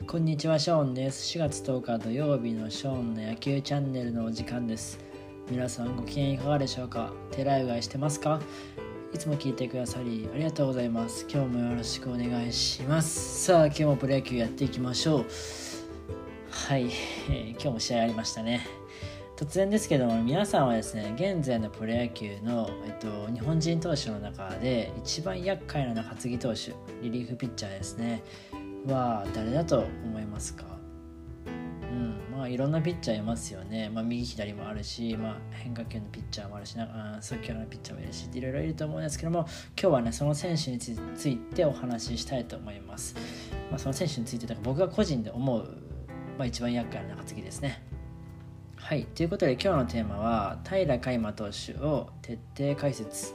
こんにちは、ショーンです。4月10日土曜日のショーンの野球チャンネルのお時間です。皆さんご機嫌いかがでしょうか？手洗いうがいしてますか？いつも聞いてくださりありがとうございます。今日もよろしくお願いします。さあ、今日もプロ野球やっていきましょう。はい、今日も試合ありましたね。突然ですけども、皆さんはですね、現在のプロ野球の、日本人投手の中で一番厄介な中継ぎ投手、リリーフピッチャーですねは誰だと思いますか？いろんなピッチャーいますよね。右左もあるし、変化球のピッチャーもあるし、速球のピッチャーもいるし、いろいろいると思うんですけども、今日はねその選手についてお話ししたいと思います。その選手について僕が個人で思う、一番厄介な中継ぎですね。はい、ということで今日のテーマは平良海馬投手を徹底解説。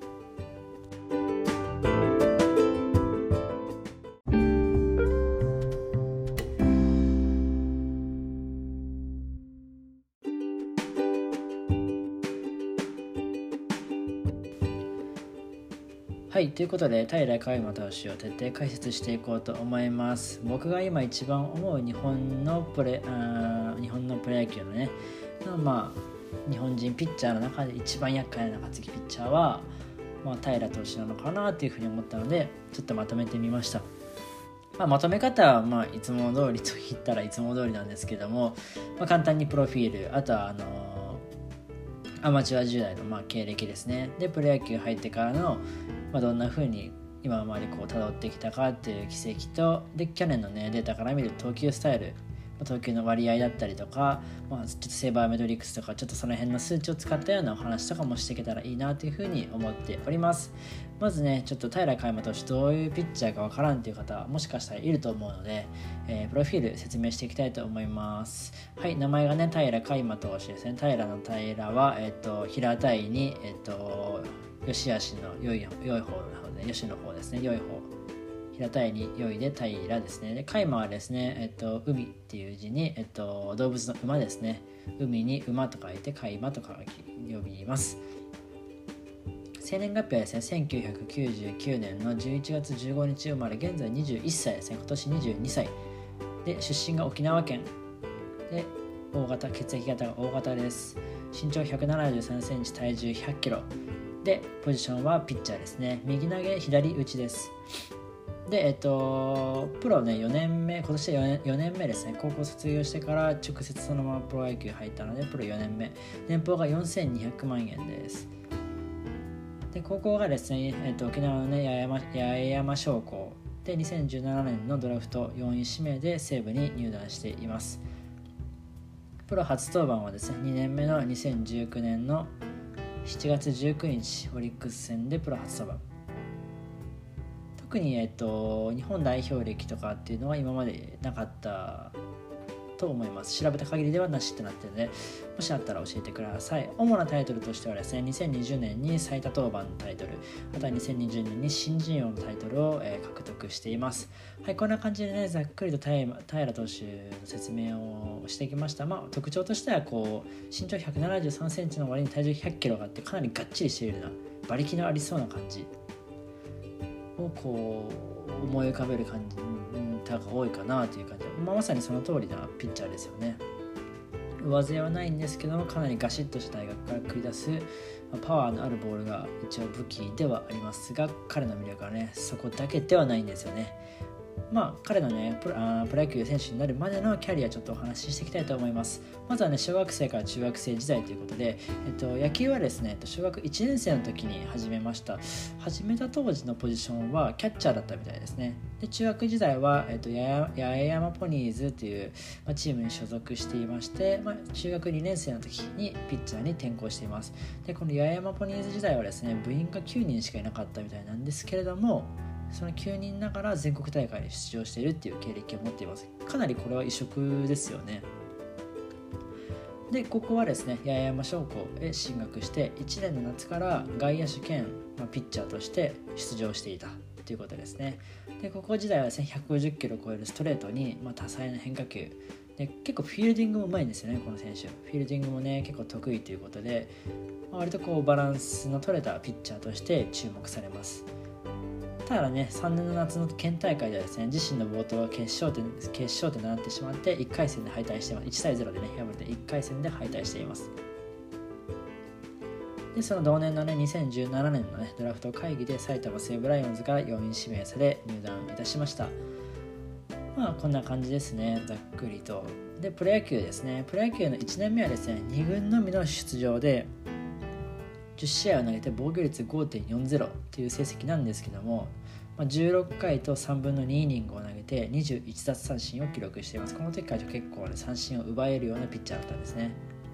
はい、ということで平良海馬投手を徹底解説していこうと思います。僕が今一番思う日本のプロ野球のね、日本人ピッチャーの中で一番厄介な中継ぎピッチャーは、平良投手なのかなというふうに思ったのでちょっとまとめてみました。まとめ方はいつも通りと言ったらいつも通りなんですけども、簡単にプロフィール、あとはアマチュア時代の経歴ですね。でプロ野球入ってからの、どんな風に今まで辿ってきたかっていう軌跡と、で去年のねデータから見る投球スタイル、投球の割合だったりとか、ちょっとセーバーメトリックスとかちょっとその辺の数値を使ったようなお話とかもしていけたらいいなというふうに思っております。まずね、ちょっと平良海馬投手どういうピッチャーかわからんという方はもしかしたらいると思うので、プロフィール説明していきたいと思います。はい、名前がね平良海馬投手ですね。平の平は、平たいに、良し悪しの良い方の方で、良しの方ですね、良い方、平たいに良いで平ですね。で海馬はですね、海っていう字に、動物の馬ですね。海に馬と書いて海馬と呼びます。生年月日はですね、1999年の11月15日生まれ、現在21歳ですね。今年22歳で、出身が沖縄県で、血液型が O 型です。身長173センチ、体重100キロで、ポジションはピッチャーですね。右投げ左打ちです。で、プロね4年目、今年で 4年目ですね。高校卒業してから直接そのままプロ野球入ったので、プロ4年目、年俸が4200万円です。で高校がですね、沖縄のね八重山商工で、2017年のドラフト4位指名で西武に入団しています。プロ初登板はですね、2年目の2019年の7月19日オリックス戦でプロ初登板。特に、日本代表歴とかっていうのは今までなかったと思います。調べた限りではなしってなってるので、もしあったら教えてください。主なタイトルとしてはですね、2020年に最多登板のタイトル、あとは2020年に新人王のタイトルを、獲得しています。はい、こんな感じでね、ざっくりと平投手の説明をしてきました。特徴としては身長173センチの割に体重100キロがあって、かなりがっちりしているような馬力のありそうな感じを思い浮かべる感じが多いかなという感じで、まさにその通りなピッチャーですよね。上背はないんですけども、かなりガシッとした体格から繰り出す、パワーのあるボールが一応武器ではありますが、彼の魅力はねそこだけではないんですよね。彼のねプロ野球選手になるまでのキャリアちょっとお話ししていきたいと思います。まずはね、小学生から中学生時代ということで、野球はですね、小学1年生の時に始めました。始めた当時のポジションはキャッチャーだったみたいですね。で中学時代は、八重山ポニーズという、チームに所属していまして、中学2年生の時にピッチャーに転向しています。でこの八重山ポニーズ時代はですね、部員が9人しかいなかったみたいなんですけれども、その9人ながら全国大会に出場しているっていう経歴を持っています。かなりこれは異色ですよね。でここはですね、八重山商工へ進学して1年の夏から外野手兼、ピッチャーとして出場していたということですね。で高校時代はですね、150キロを超えるストレートに、多彩な変化球で、結構フィールディングもうまいんですよね、この選手。フィールディングもね結構得意ということで、割とバランスの取れたピッチャーとして注目されます。 ただね、3年の夏の県大会ではですね、自身の冒頭は決勝点となってしまって1回戦で敗退しています。1対0でね敗れて1回戦で敗退しています。でその同年のね2017年のねドラフト会議で埼玉西武ライオンズから4位指名され入団いたしました。こんな感じですね、ざっくりと。でプロ野球ですね。プロ野球の1年目はですね、2軍のみの出場で10試合を投げて防御率 5.40 っていう成績なんですけども、16回と3分の2イニングを投げて21奪三振を記録しています。この時から結構、三振を奪えるようなピッチャーだったんですね。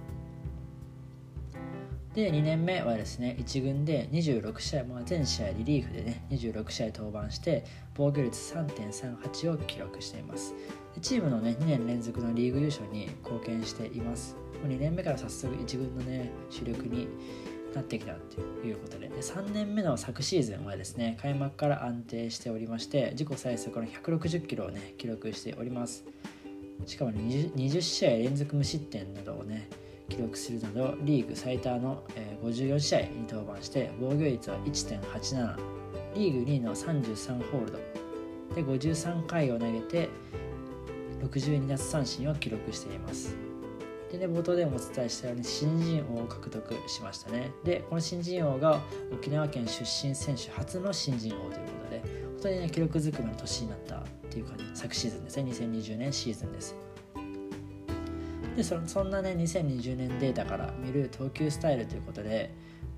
で2年目はですね、1軍で26試合、全試合リリーフでね26試合登板して防御率 3.38 を記録しています。でチームのね2年連続のリーグ優勝に貢献しています。2年目から早速1軍のね主力になってきたということで、3年目の昨シーズンはですね、開幕から安定しておりまして、自己最速の160キロをね記録しております。しかも 20試合連続無失点などをね記録するなどリーグ最多の54試合に登板して防御率は 1.87、 リーグ2位の33ホールドで53回を投げて62奪三振を記録しています。でね、冒頭でもお伝えしたように新人王を獲得しましたね。でこの新人王が沖縄県出身選手初の新人王ということで、本当にね記録ずくめの年になったっていう感じ、昨シーズンですね、2020年シーズンです。でそんなね2020年データから見る投球スタイルということで、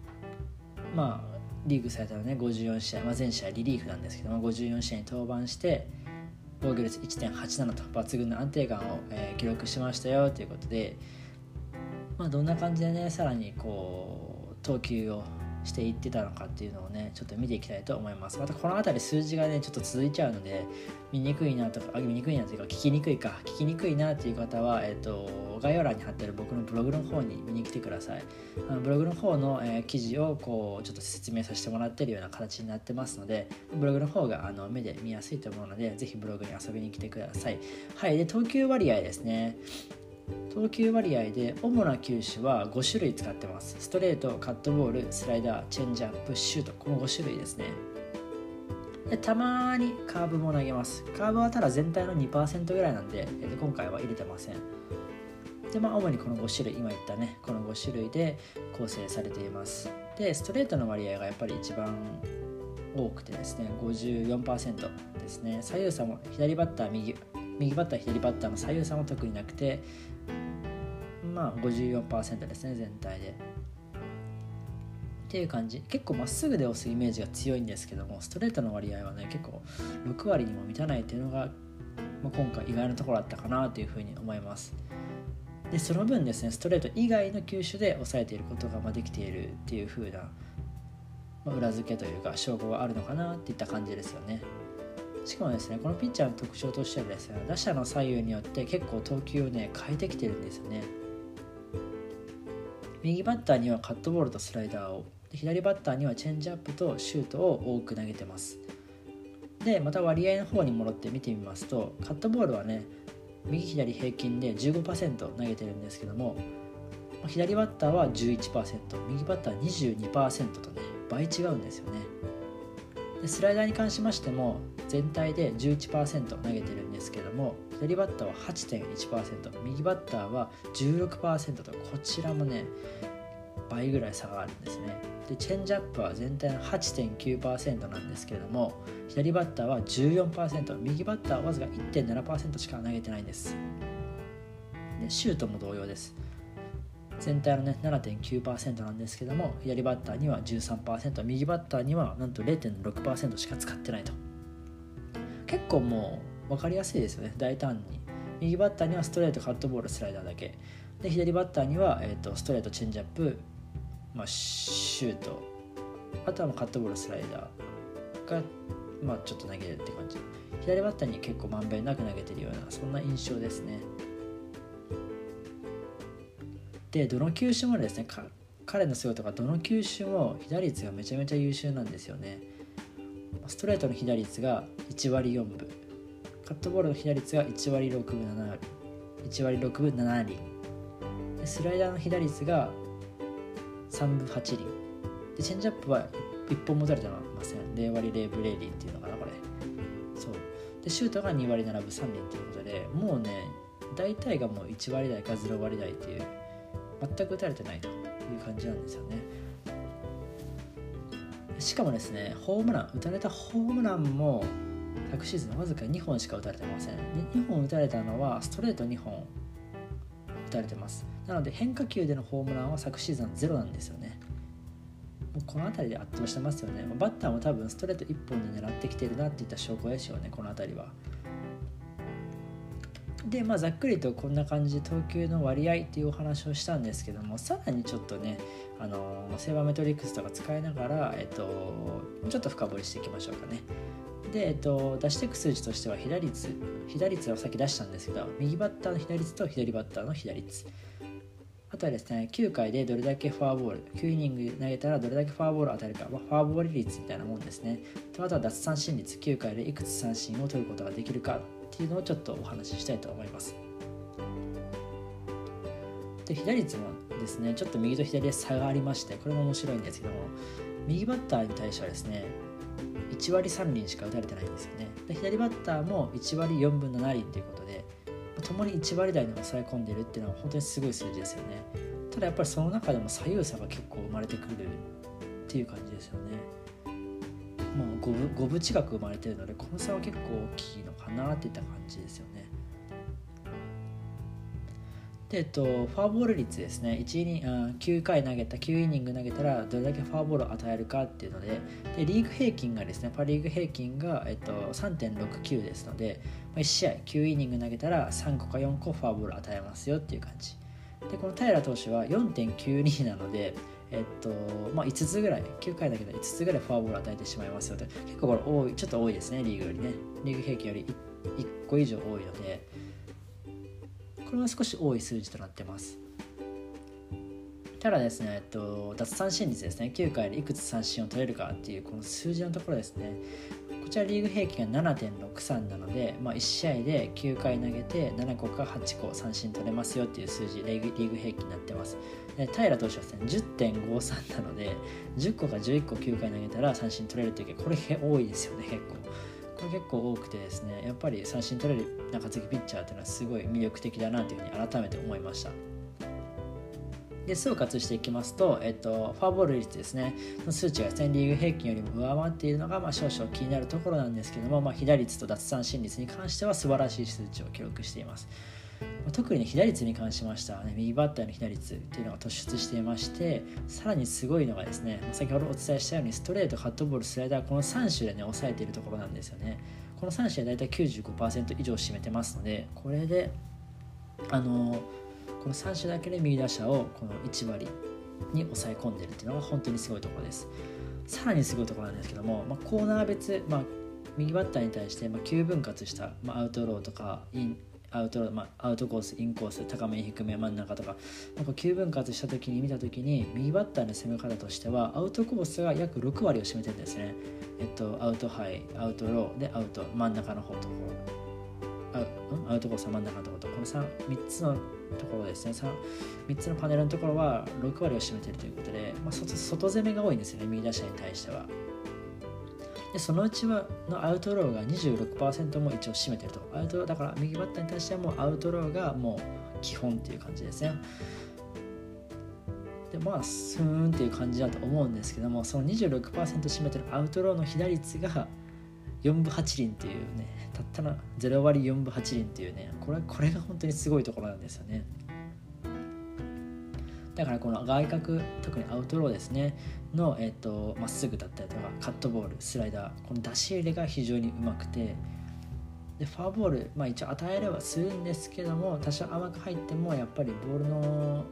リーグ最多のね54試合、全試合リリーフなんですけども54試合に登板して防御率 1.87 と抜群の安定感を、記録しましたよということで、どんな感じでねさらに投球をしていってたのかっていうのをねちょっと見ていきたいと思います。またこの辺り数字がねちょっと続いちゃうので見にくいなというか聞きにくいなという方は、概要欄に貼ってある僕のブログの方に見に来てください。ブログの方の、記事をちょっと説明させてもらっているような形になってますので、ブログの方が目で見やすいと思うのでぜひブログに遊びに来てください。はい。で投球割合ですね。投球割合で主な球種は5種類使ってます。ストレート、カットボール、スライダー、チェンジアップ、シュート、この5種類ですね。でたまにカーブも投げます。カーブはただ全体の 2% ぐらいなんで、今回は入れてません。で主にこの5種類、今言ったねこの5種類で構成されています。でストレートの割合がやっぱり一番多くてですね 54% ですね。左右差も左バッター右バッター左バッターの左右差も特になくて54% ですね全体でっていう感じ。結構まっすぐで押すイメージが強いんですけども、ストレートの割合はね結構6割にも満たないっていうのが、今回意外なところだったかなというふうに思います。でその分ですねストレート以外の球種で抑えていることができているっていう風な、裏付けというか証拠があるのかなっていった感じですよね。しかもですねこのピッチャーの特徴としてはですね、打者の左右によって結構投球をね変えてきてるんですよね。右バッターにはカットボールとスライダーを、左バッターにはチェンジアップとシュートを多く投げてます。でまた割合の方に戻って見てみますと、カットボールはね右左平均で 15% 投げてるんですけども、左バッターは 11%、 右バッターは 22% とね倍違うんですよね。でスライダーに関しましても全体で 11% 投げてるんですけども、左バッターは 8.1%、 右バッターは 16% と、こちらもね倍ぐらい差があるんですね。でチェンジアップは全体の 8.9% なんですけれども、左バッターは 14%、 右バッターはわずか 1.7% しか投げてないんです。でシュートも同様です。全体のね 7.9% なんですけども、左バッターには 13%、 右バッターにはなんと 0.6% しか使ってないと。結構もう分かりやすいですよね、大胆に。右バッターにはストレート、カットボール、スライダーだけで、左バッターには、ストレート、チェンジアップ、シュート、あとはカットボール、スライダーが、ちょっと投げるって感じ。左バッターに結構まんべんなく投げてるような、そんな印象ですね。でどの球種もですね、彼のすごいところはどの球種も被打率がめちゃめちゃ優秀なんですよね。ストレートの被打率が1割4分、カットボールの被打率が1割6分7割、1割6分7厘で、スライダーの被打率が3分8厘で、チェンジアップは1 1本も打たれてません。0割0分0厘っていうのかなこれ。そうでシュートが2割7分3厘ということで、もうね大体がもう1割台か0割台っていう全く打たれてないという感じなんですよね。しかもですね打たれたホームランも昨シーズンわずか2本しか打たれてません。2本打たれたのはストレート2本打たれてます。なので変化球でのホームランは昨シーズンゼロなんですよね。もうこの辺りで圧倒してますよね。バッターも多分ストレート1本に狙ってきてるなっていった証拠ですよね、この辺りは。でざっくりとこんな感じで投球の割合っていうお話をしたんですけども、さらにちょっとねセーバーメトリックスとか使いながら、ちょっと深掘りしていきましょうかね。で、出していく数字としては被打率はさっき出したんですけど、右バッターの被打率と左バッターの被打率、あとはですね9回でどれだけフォアボール、9イニング投げたらどれだけフォアボールを与えるか、フォアボール率みたいなもんですね。あとは奪三振率、9回でいくつ三振を取ることができるかっていうのをちょっとお話ししたいと思います。で被打率もですねちょっと右と左で差がありまして、これも面白いんですけども、右バッターに対してはですね1割3厘しか打たれてないんですよね。で左バッターも1割4分7厘ということで、ともに1割台に抑え込んでるっていうのは本当にすごい数字ですよね。ただやっぱりその中でも左右差が結構生まれてくるっていう感じですよね。5分近く生まれてるので、この差は結構大きいのかなっていった感じですよね。で、フォアボール率ですね。9回投げた9イニング投げたらどれだけフォアボールを与えるかっていうので、リーグ平均がですねパ・リーグ平均が、3.69 ですので、1試合9イニング投げたら3個か4個フォアボールを与えますよっていう感じで、この平投手は 4.92 なので、5つぐらい9回だけど5つぐらいフォアボールを与えてしまいますよと。結構これちょっと多いですね、リーグよりね。リーグ平均より1個以上多いので、これは少し多い数字となってます。ただですね、奪三振率ですね、9回でいくつ三振を取れるかっていうこの数字のところですね。こちらリーグ平均が 7.63 なので、1試合で9回投げて7個か8個三振取れますよっていう数字、リーグ平均になってます。で平投手はですね 10.53 なので、10個か11個9回投げたら三振取れるという、これ多いですよね。これ結構多くてですね、やっぱり三振取れる中継ぎピッチャーっていうのはすごい魅力的だなというふうに改めて思いました。で総括していきますと、フォアボール率ですねの数値がですねリーグ平均よりも上回っているのが、少々気になるところなんですけども、被打率と奪三振率に関しては素晴らしい数値を記録しています。特に被打率に関しましては、右バッターの被打率というのが突出していまして、さらにすごいのがですね、先ほどお伝えしたようにストレート、カットボール、スライダー、この3種でね抑えているところなんですよね。この3種でだいたい 95% 以上占めてますので、これでこの3種だけで右打者をこの1割に抑え込んでいるというのが本当にすごいところです。さらにすごいところなんですけども、コーナー別、右バッターに対して9分割した、アウトローとかアウトコース、インコース、高めに低め、真ん中とか、9分割した時に見た時に右バッターの攻め方としてはアウトコースが約6割を占めてるんですね。アウトハイ、アウトローでアウト真ん中の方ところ、アウトコースは真ん中のところと、この 3つのところですね、3つのパネルのところは6割を占めているということで、外攻めが多いんですよね、右打者に対しては。でそのうちのアウトローが 26% も一応占めていると。アウトローだから右バッターに対してはもうアウトローがもう基本っていう感じですね。でスーンっていう感じだと思うんですけども、その 26% 占めてるアウトローの被打率が4分8厘っていうね、たったの0割4分8厘っていうね、これが本当にすごいところなんですよね。だからこの外角、特にアウトローですねの、まっすぐだったりとかカットボール、スライダー、この出し入れが非常にうまくて、でフォアボール、一応与えればするんですけども、多少甘く入ってもやっぱりボールの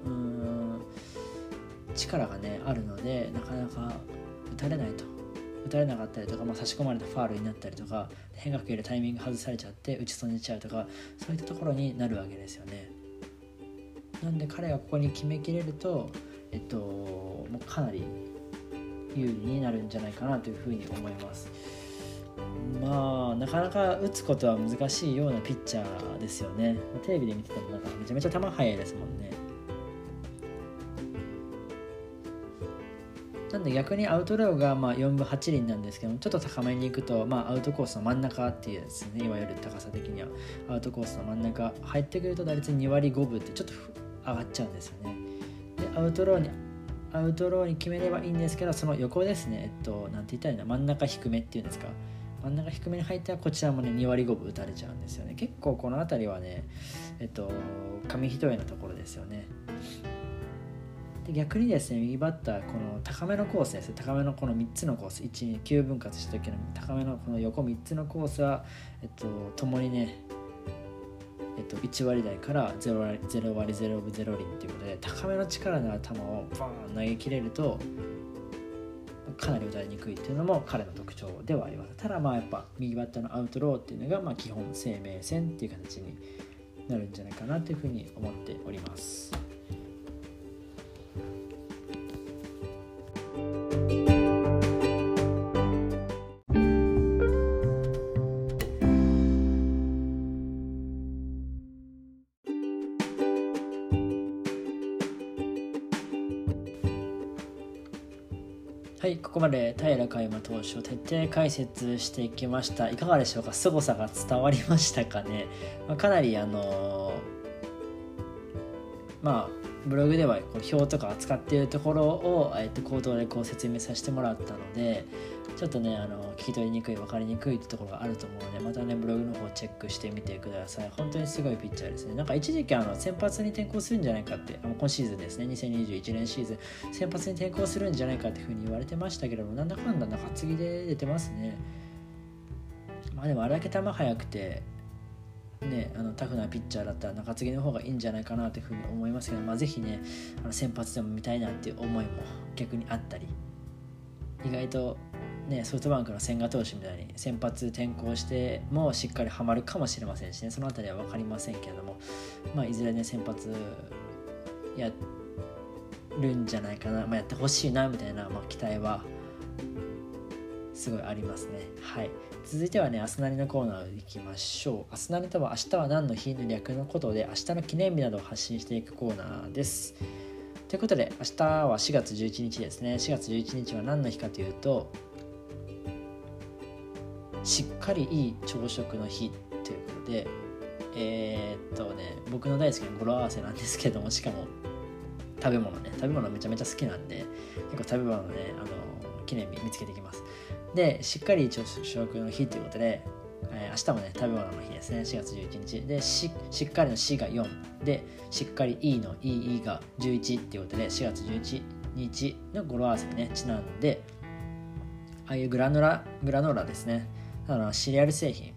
力がねあるので、なかなか打たれなかったりとか、差し込まれたファウルになったりとか、変化球でタイミング外されちゃって打ち損ねちゃうとか、そういったところになるわけですよね。なんで彼がここに決めきれると、もうかなり有利になるんじゃないかなというふうに思います。なかなか打つことは難しいようなピッチャーですよね。テレビで見ててもめちゃめちゃ球速いですもんね。 なんで逆にアウトローが4分8厘なんですけども、ちょっと高めに行くと、アウトコースの真ん中っていうですね、いわゆる高さ的にはアウトコースの真ん中入ってくると打率2割5分ってちょっと上がっちゃうんですよね。でアウトローに決めればいいんですけど、その横ですね、なんて言ったらいいんだ、真ん中低めっていうんですか、真ん中低めに入ったらこちらもね2割5分打たれちゃうんですよね。結構この辺りはね紙一重のところですよね。で逆にですね、右バッターこの高めのコースです、高めのこの3つのコース、1、2、9分割した時の高めのこの横3つのコースはともにね1割台から0割0分0厘ということで、高めの力のある球をバーン投げ切れるとかなり打たれにくいっていうのも彼の特徴ではあります。ただやっぱ右バッターのアウトローっていうのが基本生命線っていう形になるんじゃないかなというふうに思っております。はい、ここまで平海馬投手を徹底解説していきました。いかがでしょうか。凄さが伝わりましたかね。かなりブログではこう表とか扱っているところを口頭でこう説明させてもらったので、ちょっとね聞き取りにくい、分かりにくいってところがあると思うので、またねブログの方チェックしてみてください。本当にすごいピッチャーですね。なんか一時期先発に転向するんじゃないかって、今シーズンですね、2021年シーズン先発に転向するんじゃないかっていうふうに言われてましたけども、なんだかんだ中継ぎで出てますね。でもあれだけ球速くてね、タフなピッチャーだったら中継ぎの方がいいんじゃないかなというふうに思いますけど、ぜひね先発でも見たいなっていう思いも逆にあったり、意外とねソフトバンクの千賀投手みたいに先発転向してもしっかりハマるかもしれませんしね、そのあたりは分かりませんけれども、いずれね先発やるんじゃないかな、やってほしいなみたいな、期待はすごいありますね。はい、続いてはね、アスナリのコーナーいきましょう。アスナリとは明日は何の日の略のことで、明日の記念日などを発信していくコーナーです。ということで、明日は4月11日ですね。4月11日は何の日かというと、しっかりいい朝食の日ということで、僕の大好きな語呂合わせなんですけども、しかも食べ物めちゃめちゃ好きなんで、結構食べ物ね記念日見つけていきます。で、しっかり朝食の日ということで、明日もね食べ物の日ですね。4月11日で、しっかりの C が4で、しっかり E の EE が11っていうことで、4月11日の語呂合わせにねちなんで、ああいうグラノーラですね、シリアル製品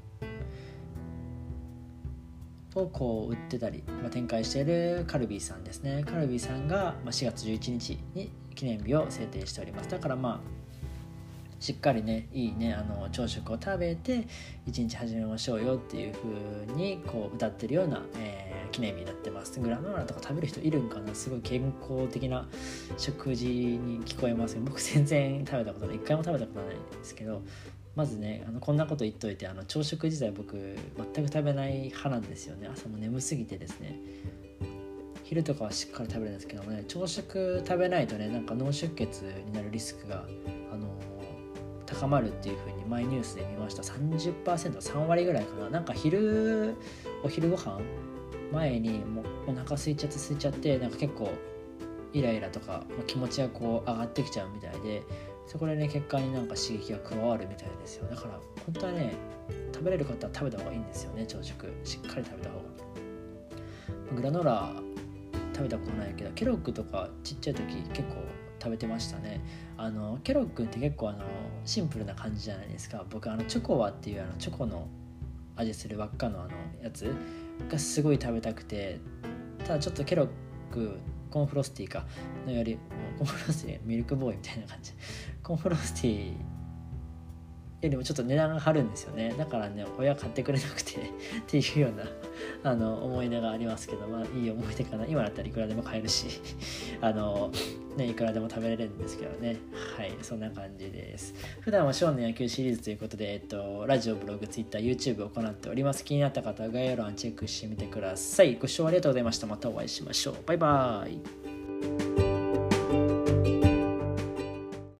をこう売ってたり、展開しているカルビーさんですね。カルビーさんが4月11日に記念日を制定しております。だからしっかりねいいね朝食を食べて一日始めましょうよっていう風にこう歌ってるような、記念日になってます。グラノーラとか食べる人いるんかな。すごい健康的な食事に聞こえますけど、僕全然食べたことない、一回も食べたことないんですけど、まずねこんなこと言っといて、朝食自体僕全く食べない派なんですよね。朝も眠すぎてですね、昼とかはしっかり食べるんですけどもね、朝食食べないとね脳出血になるリスクが高まるっていう風に前ニュースで見ました。 30%、 3割ぐらいかな。お昼ご飯前にもうお腹空いちゃって結構イライラとか、気持ちがこう上がってきちゃうみたいで、そこでね血管に刺激が加わるみたいですよ。だから本当はね食べれる方は食べた方がいいんですよね。朝食しっかり食べた方が。グラノーラ食べたことないけど、ケロッグとかちっちゃい時結構食べてましたね。ケロッグって結構シンプルな感じじゃないですか。僕チョコワっていうチョコの味する輪っかのやつがすごい食べたくて、ただちょっとケロッグコーンフロスティーかのよりコーンフロスティーミルクボーイみたいな感じ、コーンフロスティーよりもちょっと値段が張るんですよね。だからね親買ってくれなくてっていうような思い出がありますけど、いい思い出かな。今だったらいくらでも買えるしいくらでも食べれるんですけどね。はい、そんな感じです。普段は少年野球シリーズということで、ラジオ、ブログ、ツイッター、YouTube を行っております。気になった方は概要欄チェックしてみてください。ご視聴ありがとうございました。またお会いしましょう。バイバーイ。